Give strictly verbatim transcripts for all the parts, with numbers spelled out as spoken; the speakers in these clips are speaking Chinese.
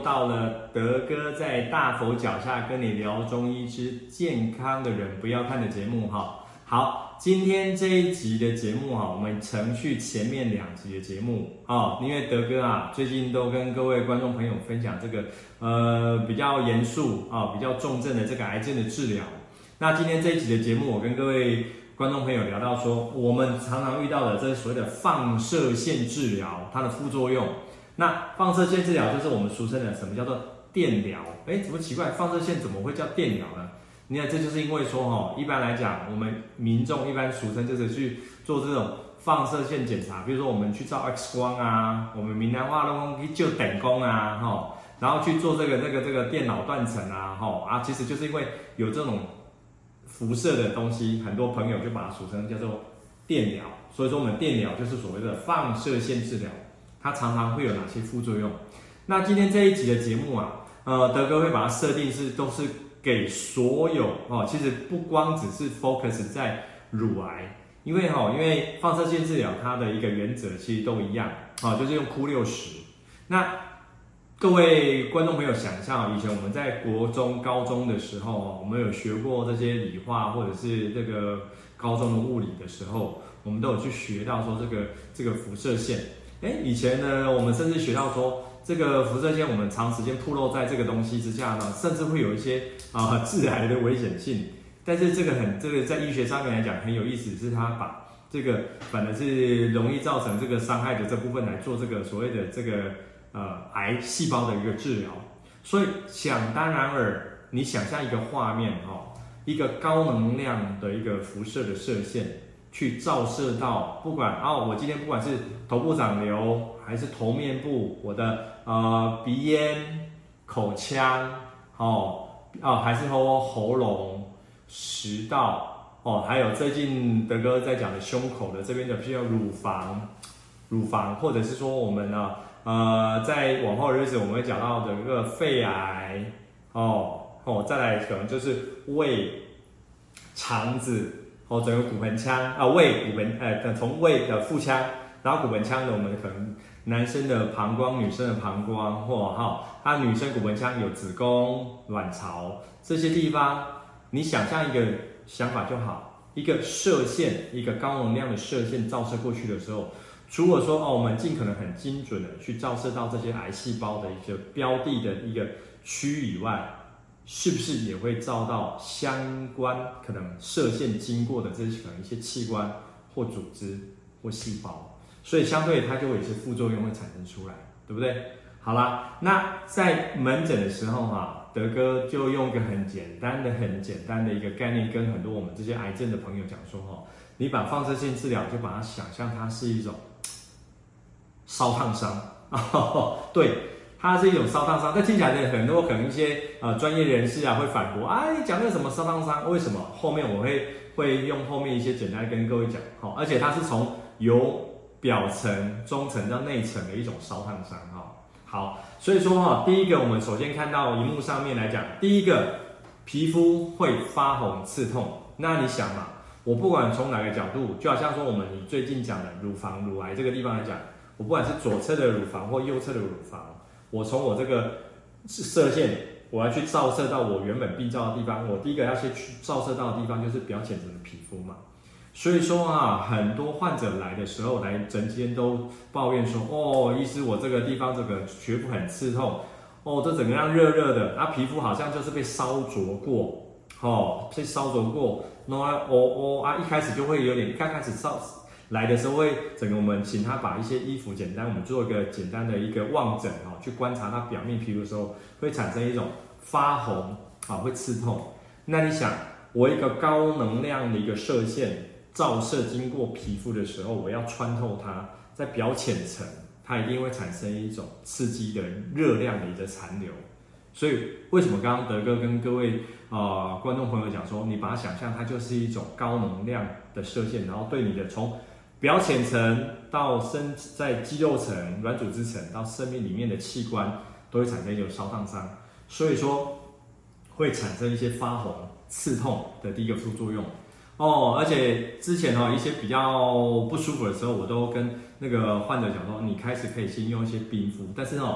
到了德哥在大佛脚下跟你聊中医之健康的人不要看的节目哈。好，今天这一集的节目哈，我们承续前面两集的节目啊，因为德哥啊最近都跟各位观众朋友分享这个呃比较严肃啊、比较重症的这个癌症的治疗。那今天这一集的节目，我跟各位观众朋友聊到说，我们常常遇到的这所谓的放射线治疗，它的副作用。那放射线治疗就是我们俗称的什么叫做电疗？哎，怎么奇怪？放射线怎么会叫电疗呢？你看，这就是因为说哈，一般来讲，我们民众一般俗称就是去做这种放射线检查，比如说我们去照 X 光啊，我们闽南话都去就等工啊，哈，然后去做这个这个这个电脑断层啊，哈啊，其实就是因为有这种辐射的东西，很多朋友就把它俗称叫做电疗。所以说，我们电疗就是所谓的放射线治疗。它常常会有哪些副作用？那今天这一集的节目啊，呃，德哥会把它设定是都是给所有哦，其实不光只是 focus 在乳癌，因为哈、哦，因为放射线治疗它的一个原则其实都一样啊、哦，就是用 Q 六十。那各位观众朋友想象，以前我们在国中、高中的时候，我们有学过这些理化或者是这个高中的物理的时候，我们都有去学到说这个这个辐射线。哎，以前呢，我们甚至学到说，这个辐射线我们长时间暴露在这个东西之下呢，甚至会有一些啊、呃、致癌的危险性。但是这个很，这个在医学上面来讲很有意思，是它把这个反而是容易造成这个伤害的这部分来做这个所谓的这个呃癌细胞的一个治疗。所以想当然尔，你想象一个画面哈、哦，一个高能量的一个辐射的射线。去照射到，不管哦，我今天不管是头部长瘤，还是头面部，我的呃鼻咽、口腔，哦哦，还是说喉咙、食道，哦，还有最近德哥在讲的胸口的这边的，譬如乳房、乳房，或者是说我们呢，呃，在往后的日子我们会讲到的一个肺癌，哦哦，再来可能就是胃、肠子。哦，整个骨盆腔啊，胃骨盆呃，从胃的腹腔，然后骨盆腔的我们可能男生的膀胱、女生的膀胱，或哈，它女生骨盆腔有子宫、卵巢这些地方，你想象一个想法就好，一个射线，一个高能量的射线照射过去的时候，除了说哦，我们尽可能很精准的去照射到这些癌细胞的一个标的的一个区域以外。是不是也会照到相关可能射线经过的这些可能一些器官或组织或细胞，所以相对它就会有一些副作用会产生出来，对不对？好啦，那在门诊的时候哈、啊，德哥就用一个很简单的、很简单的一个概念，跟很多我们这些癌症的朋友讲说哈，你把放射线治疗就把它想象它是一种烧烫伤，哦、对。它是一种烧烫伤，但听起来呢，很多可能一些呃专业人士啊会反驳啊，你讲那个什么烧烫伤？为什么？后面我会会用后面一些简单跟各位讲，好、哦，而且它是从由表层、中层到内层的一种烧烫伤，哈、哦。好，所以说哈、哦，第一个我们首先看到荧幕上面来讲，第一个皮肤会发红刺痛，那你想嘛，我不管从哪个角度，就好像说我们你最近讲的乳房、乳癌这个地方来讲，我不管是左侧的乳房或右侧的乳房。我从我这个射线，我要去照射到我原本病灶的地方。我第一个要先去照射到的地方就是表浅层的皮肤嘛。所以说啊，很多患者来的时候来诊间都抱怨说，哦，医师我这个地方这个血部很刺痛，哦，这整个样热热的，啊，皮肤好像就是被烧灼过，哦，被烧灼过，然后哦哦啊，一开始就会有点，刚开始烧。来的时候会整个我们请他把一些衣服简单，我们做一个简单的一个望诊哈，去观察他表面皮肤的时候，会产生一种发红啊，会刺痛。那你想，我一个高能量的一个射线照射经过皮肤的时候，我要穿透它，在表浅层，它一定会产生一种刺激的热量的一个残留。所以为什么刚刚德哥跟各位呃观众朋友讲说，你把它想象它就是一种高能量的射线，然后对你的从表浅层到深在肌肉层、软组织层到生命里面的器官，都会产生一种烧烫伤，所以说会产生一些发红、刺痛的第一个副作用哦。而且之前哦一些比较不舒服的时候，我都跟那个患者讲说，你开始可以先用一些冰敷，但是哦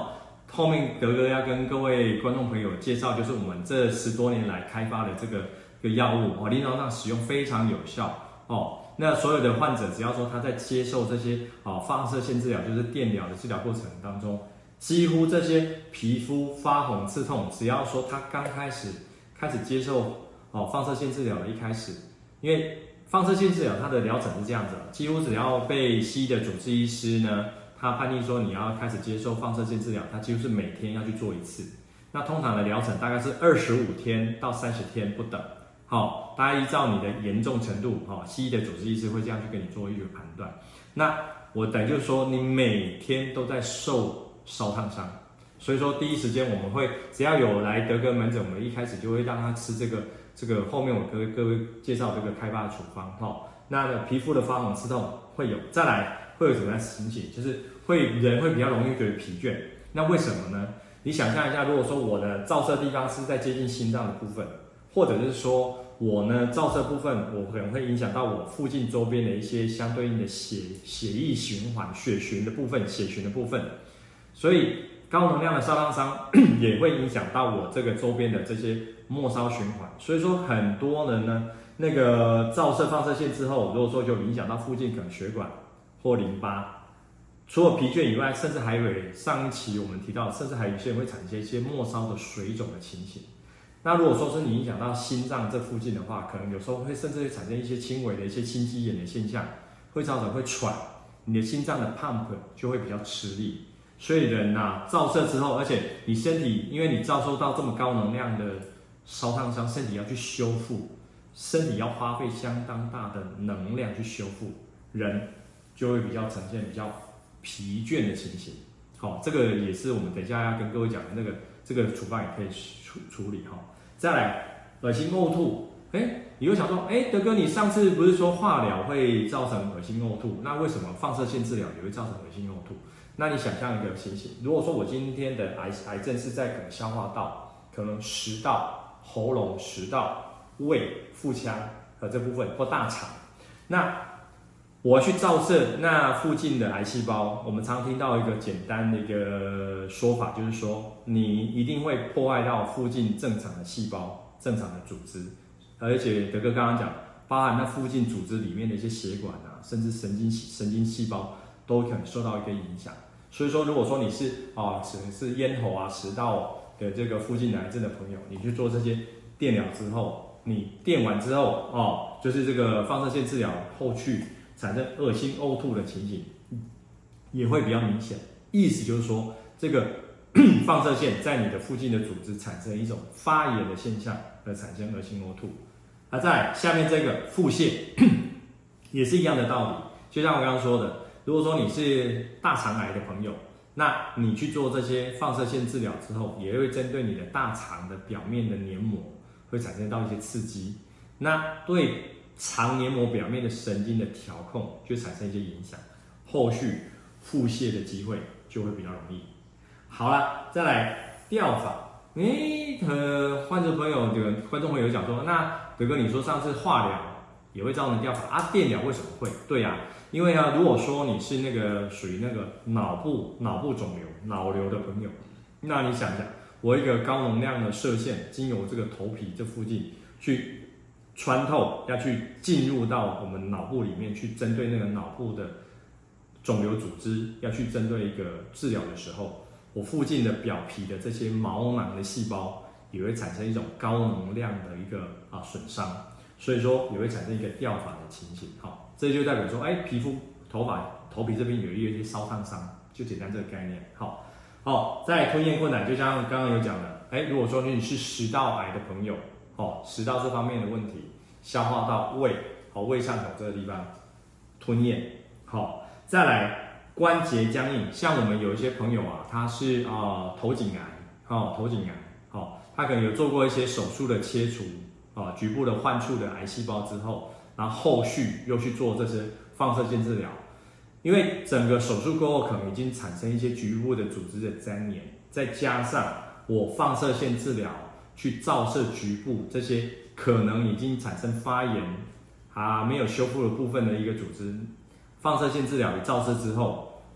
后面德哥要跟各位观众朋友介绍，就是我们这十多年来开发的这个这个药物哦，临床上使用非常有效哦。那所有的患者只要说他在接受这些哦放射线治疗，就是电疗的治疗过程当中，几乎这些皮肤发红刺痛，只要说他刚开始开始接受哦放射线治疗的一开始，因为放射线治疗它的疗程是这样子，几乎只要被西医的主治医师呢。他判定说你要开始接受放射线治疗，他几乎是每天要去做一次。那通常的疗程大概是二十五天到三十天不等。好，大家依照你的严重程度，哈，西医的主治医师会这样去跟你做一个判断。那我等于就是说，你每天都在受烧烫伤，所以说第一时间我们会只要有来德哥门诊，我们一开始就会让他吃这个这个后面我跟各位介绍这个开发的处方，哈。那皮肤的发红刺痛会有，再来。会有什么样的情形？就是会人会比较容易觉得疲倦。那为什么呢？你想象一下，如果说我的照射地方是在接近心脏的部分，或者是说我呢照射部分，我可能会影响到我附近周边的一些相对应的血血液循环、血循的部分、血循的部分，所以高能量的烧烫伤也会影响到我这个周边的这些末梢循环。所以说很多人呢，那个照射放射线之后，如果说就影响到附近可能血管。或淋巴，除了疲倦以外，甚至还有上一期我们提到，甚至还有一些人会产生一些末梢的水肿的情形。那如果说是你影响到心脏这附近的话，可能有时候会甚至会产生一些轻微的一些心肌炎的现象，会造成会喘，你的心脏的 pump 就会比较吃力。所以人啊，照射之后，而且你身体因为你遭受到这么高能量的烧烫伤，身体要去修复，身体要花费相当大的能量去修复，人。就会比较呈现比较疲倦的情形，好、哦，这个也是我们等一下要跟各位讲的那个这个处方也可以处处理哈、哦。再来，恶心呕吐，哎，你会想说，哎，德哥，你上次不是说化疗会造成恶心呕吐，那为什么放射线治疗也会造成恶心呕吐？那你想象一个情形，如果说我今天的癌癌症是在可能消化道、可能食道、喉咙、食道、胃、腹腔和这部分或大肠，那我要去照射那附近的癌细胞，我们常听到一个简单的一个说法，就是说你一定会破坏到附近正常的细胞、正常的组织，而且德哥刚刚讲，包含那附近组织里面的一些血管啊，甚至神经神经细胞都可能受到一个影响。所以说，如果说你是啊，是是咽喉啊、食道的这个附近癌症的朋友，你去做这些电疗之后，你电完之后哦，就是这个放射线治疗后续。产生恶心呕吐的情形也会比较明显，意思就是说，这个放射线在你的附近的组织产生一种发炎的现象，而产生恶心呕吐。而在下面这个腹泻也是一样的道理，就像我刚刚说的，如果说你是大肠癌的朋友，那你去做这些放射线治疗之后，也会针对你的大肠的表面的黏膜会产生到一些刺激，那对肠黏膜表面的神经的调控就产生一些影响，后续腹泻的机会就会比较容易。好了，再来掉发。诶，呃，患者朋友的观众朋友讲说，那德哥你说上次化疗也会造成掉发啊，电疗为什么会？对呀、啊，因为呢，如果说你是那个属于那个脑部脑部肿瘤、脑瘤的朋友，那你想想，我一个高能量的射线经由这个头皮这附近去。穿透要去进入到我们脑部里面去，针对那个脑部的肿瘤组织，要去针对一个治疗的时候，我附近的表皮的这些毛囊的细胞也会产生一种高能量的一个啊损伤，所以说也会产生一个掉发的情形。好，这就代表说，哎，皮肤、头发、头皮这边有一些烧烫伤，就简单这个概念。好，好，在吞咽困难，就像刚刚有讲的，哎，如果说你是食道癌的朋友。哦，食道这方面的问题，消化道、胃，好、哦，胃上口这个地方吞咽，好、哦，再来关节僵硬，像我们有一些朋友啊，他是啊、呃、头颈癌，哦，头颈癌，哦，他可能有做过一些手术的切除，啊、哦，局部的患处的癌细胞之后，然后后续又去做这些放射线治疗，因为整个手术过后可能已经产生一些局部的组织的粘连，再加上我放射线治疗。去照射局部这些可能已经产生发炎啊没有修复的部分的一个组织，放射线治疗一照射之后，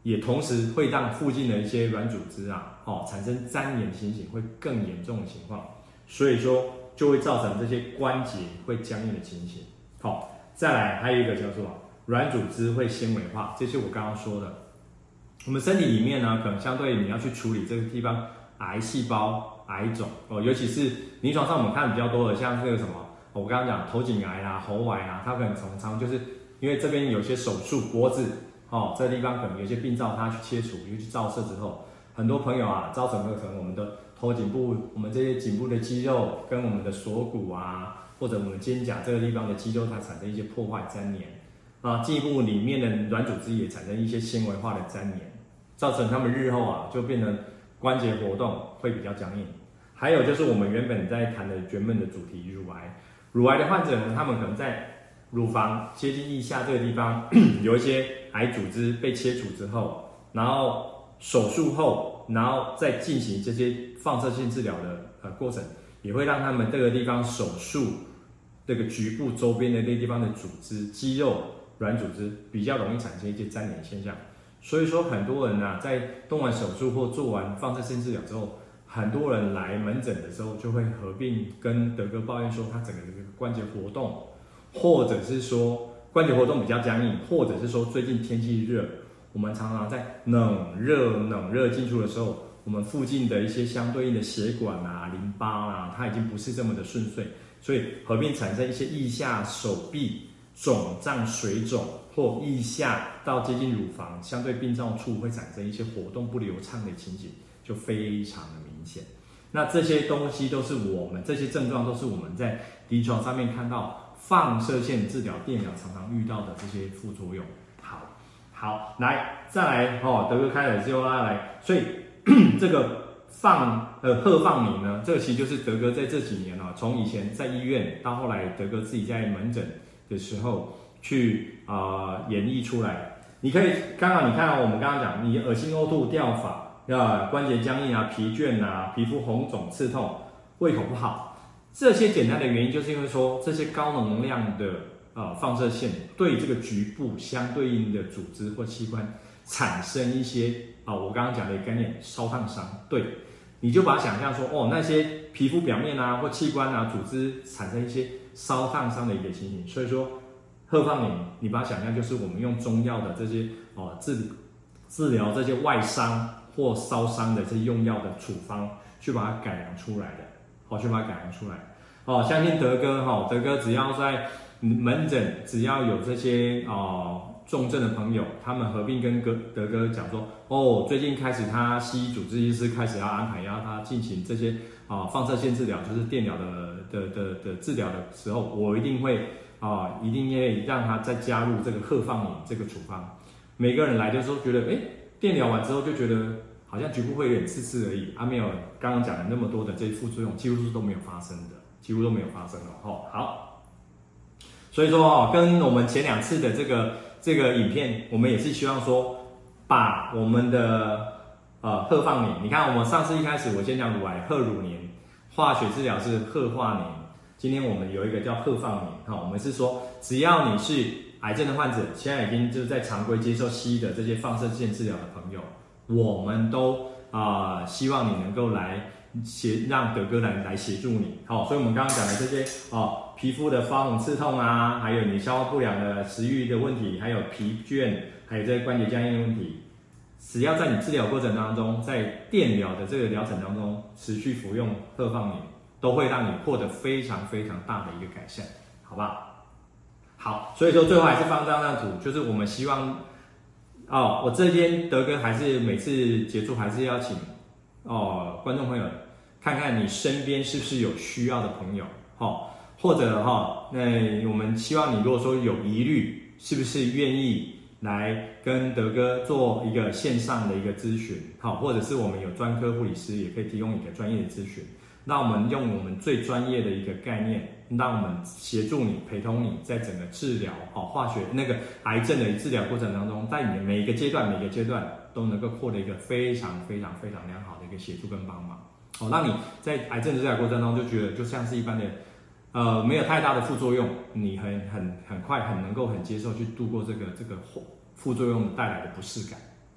也同时会让附近的一些软组织啊，哦，产生粘连情形会更严重的情况，所以说就会造成这些关节会僵硬的情形。好、哦，再来还有一个叫做软组织会纤维化，这是我刚刚说的。我们身体里面呢，可能相对你要去处理这个地方癌细胞、癌肿哦，尤其是临床上我们看的比较多的，像这个什么，哦、我刚刚讲头颈癌啦、喉癌啦，它可能常常就是因为这边有些手术脖子。哦，这个地方可能有些病灶，它去切除，又去照射之后，很多朋友啊，造成了可能我们的头颈部，我们这些颈部的肌肉跟我们的锁骨啊，或者我们肩胛这个地方的肌肉，它产生一些破坏粘连啊，进一步里面的软组织也产生一些纤维化的粘连，造成他们日后啊就变成关节活动会比较僵硬。还有就是我们原本在谈的原本的主题乳癌，乳癌的患者呢，他们可能在乳房接近腋下这个地方有一些癌组织被切除之后，然后手术后，然后再进行这些放射性治疗的呃过程，也会让他们这个地方手术这个局部周边的那地方的组织、肌肉、软组织比较容易产生一些粘连现象。所以说很多人啊，在动完手术或做完放射性治疗之后，很多人来门诊的时候就会合并跟德哥抱怨说，他整个这个关节活动。或者是说关节活动比较僵硬，或者是说最近天气热，我们常常在冷热冷热进出的时候，我们附近的一些相对应的血管啊、淋巴啊，它已经不是这么的顺遂，所以合并产生一些腋下、手臂肿胀、水肿，或腋下到接近乳房相对病灶处会产生一些活动不流畅的情形，就非常的明显。那这些东西都是我们这些症状都是我们在临床上面看到。放射线治疗、电疗常常遇到的这些副作用，好，好，来，再来哦，德哥开了之后拉来，所以这个放呃贺放敏呢，这个其实就是德哥在这几年啊、哦，从以前在医院到后来德哥自己在门诊的时候去啊、呃、演绎出来。你可以刚刚你看到、哦、我们刚刚讲，你恶心、呕吐、掉发，啊关节僵硬啊、疲倦啊、皮肤红肿、刺痛、胃口不好。这些简单的原因，就是因为说这些高能量的呃放射线对这个局部相对应的组织或器官产生一些啊、呃，我刚刚讲的一个概念，烧烫伤。对，你就把它想象说，哦，那些皮肤表面啊或器官啊组织产生一些烧烫伤的一个情形。所以说，贺放敏，你把它想象就是我们用中药的这些哦、呃、治治疗这些外伤或烧伤的这些用药的处方，去把它改良出来的。好，去把它改良出来。哦，相信德哥哈，德哥只要在门诊，只要有这些哦重症的朋友，他们合并跟哥德哥讲说，哦，最近开始他西医主治医师开始要安排要他进行这些啊、哦、放射线治疗，就是电疗的的的的治疗的时候，我一定会啊、哦、一定会让他再加入这个贺放敏这个处方。每个人来的时候觉得，哎，电疗完之后就觉得。好像局部会有点刺刺而已，啊，没有刚刚讲的那么多的这些副作用，几乎是都没有发生的，几乎都没有发生哦。哦好，所以说哦，跟我们前两次的这个这个影片，我们也是希望说，把我们的呃贺放敏，你看我们上次一开始我先讲乳癌贺乳年，化学治疗是贺化年，今天我们有一个叫贺放敏，哈、哦，我们是说只要你是癌症的患者，现在已经就是在常规接受西医的这些放射线治疗的朋友。我们都啊、呃、希望你能够来协让德哥来来协助你，好、哦，所以我们刚刚讲的这些哦，皮肤的发红刺痛啊，还有你消化不良的食欲的问题，还有疲倦，还有这些关节僵硬的问题，只要在你治疗过程当中，在电疗的这个疗程当中持续服用贺放敏，都会让你获得非常非常大的一个改善，好不好？好，所以说最后还是放这张图，就是我们希望。哦，我这边德哥还是每次结束还是要请哦观众朋友看看你身边是不是有需要的朋友，哦，或者哈、哦，那我们希望你如果说有疑虑，是不是愿意来跟德哥做一个线上的一个咨询，好、哦，或者是我们有专科护理师也可以提供一个专业的咨询，那我们用我们最专业的一个概念。让我们协助你、陪同你，在整个治疗、哦化学那个癌症的治疗过程当中，在你的每一个阶段、每个阶段都能够获得一个非常、非常、非常良好的一个协助跟帮忙，哦，让你在癌症的治疗过程当中就觉得就像是一般的，呃，没有太大的副作用，你很、很、很快、很能够很接受去度过这个这个副作用带来的不适感。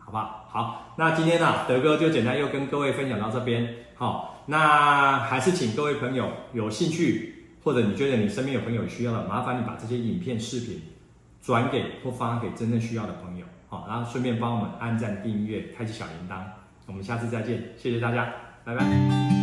好不好？好，那今天呢、啊，德哥就简单又跟各位分享到这边。好，那还是请各位朋友有兴趣，或者你觉得你身边有朋友需要的，麻烦你把这些影片、视频转给或发给真正需要的朋友。好，然后顺便帮我们按赞、订阅、开启小铃铛。我们下次再见，谢谢大家，拜拜。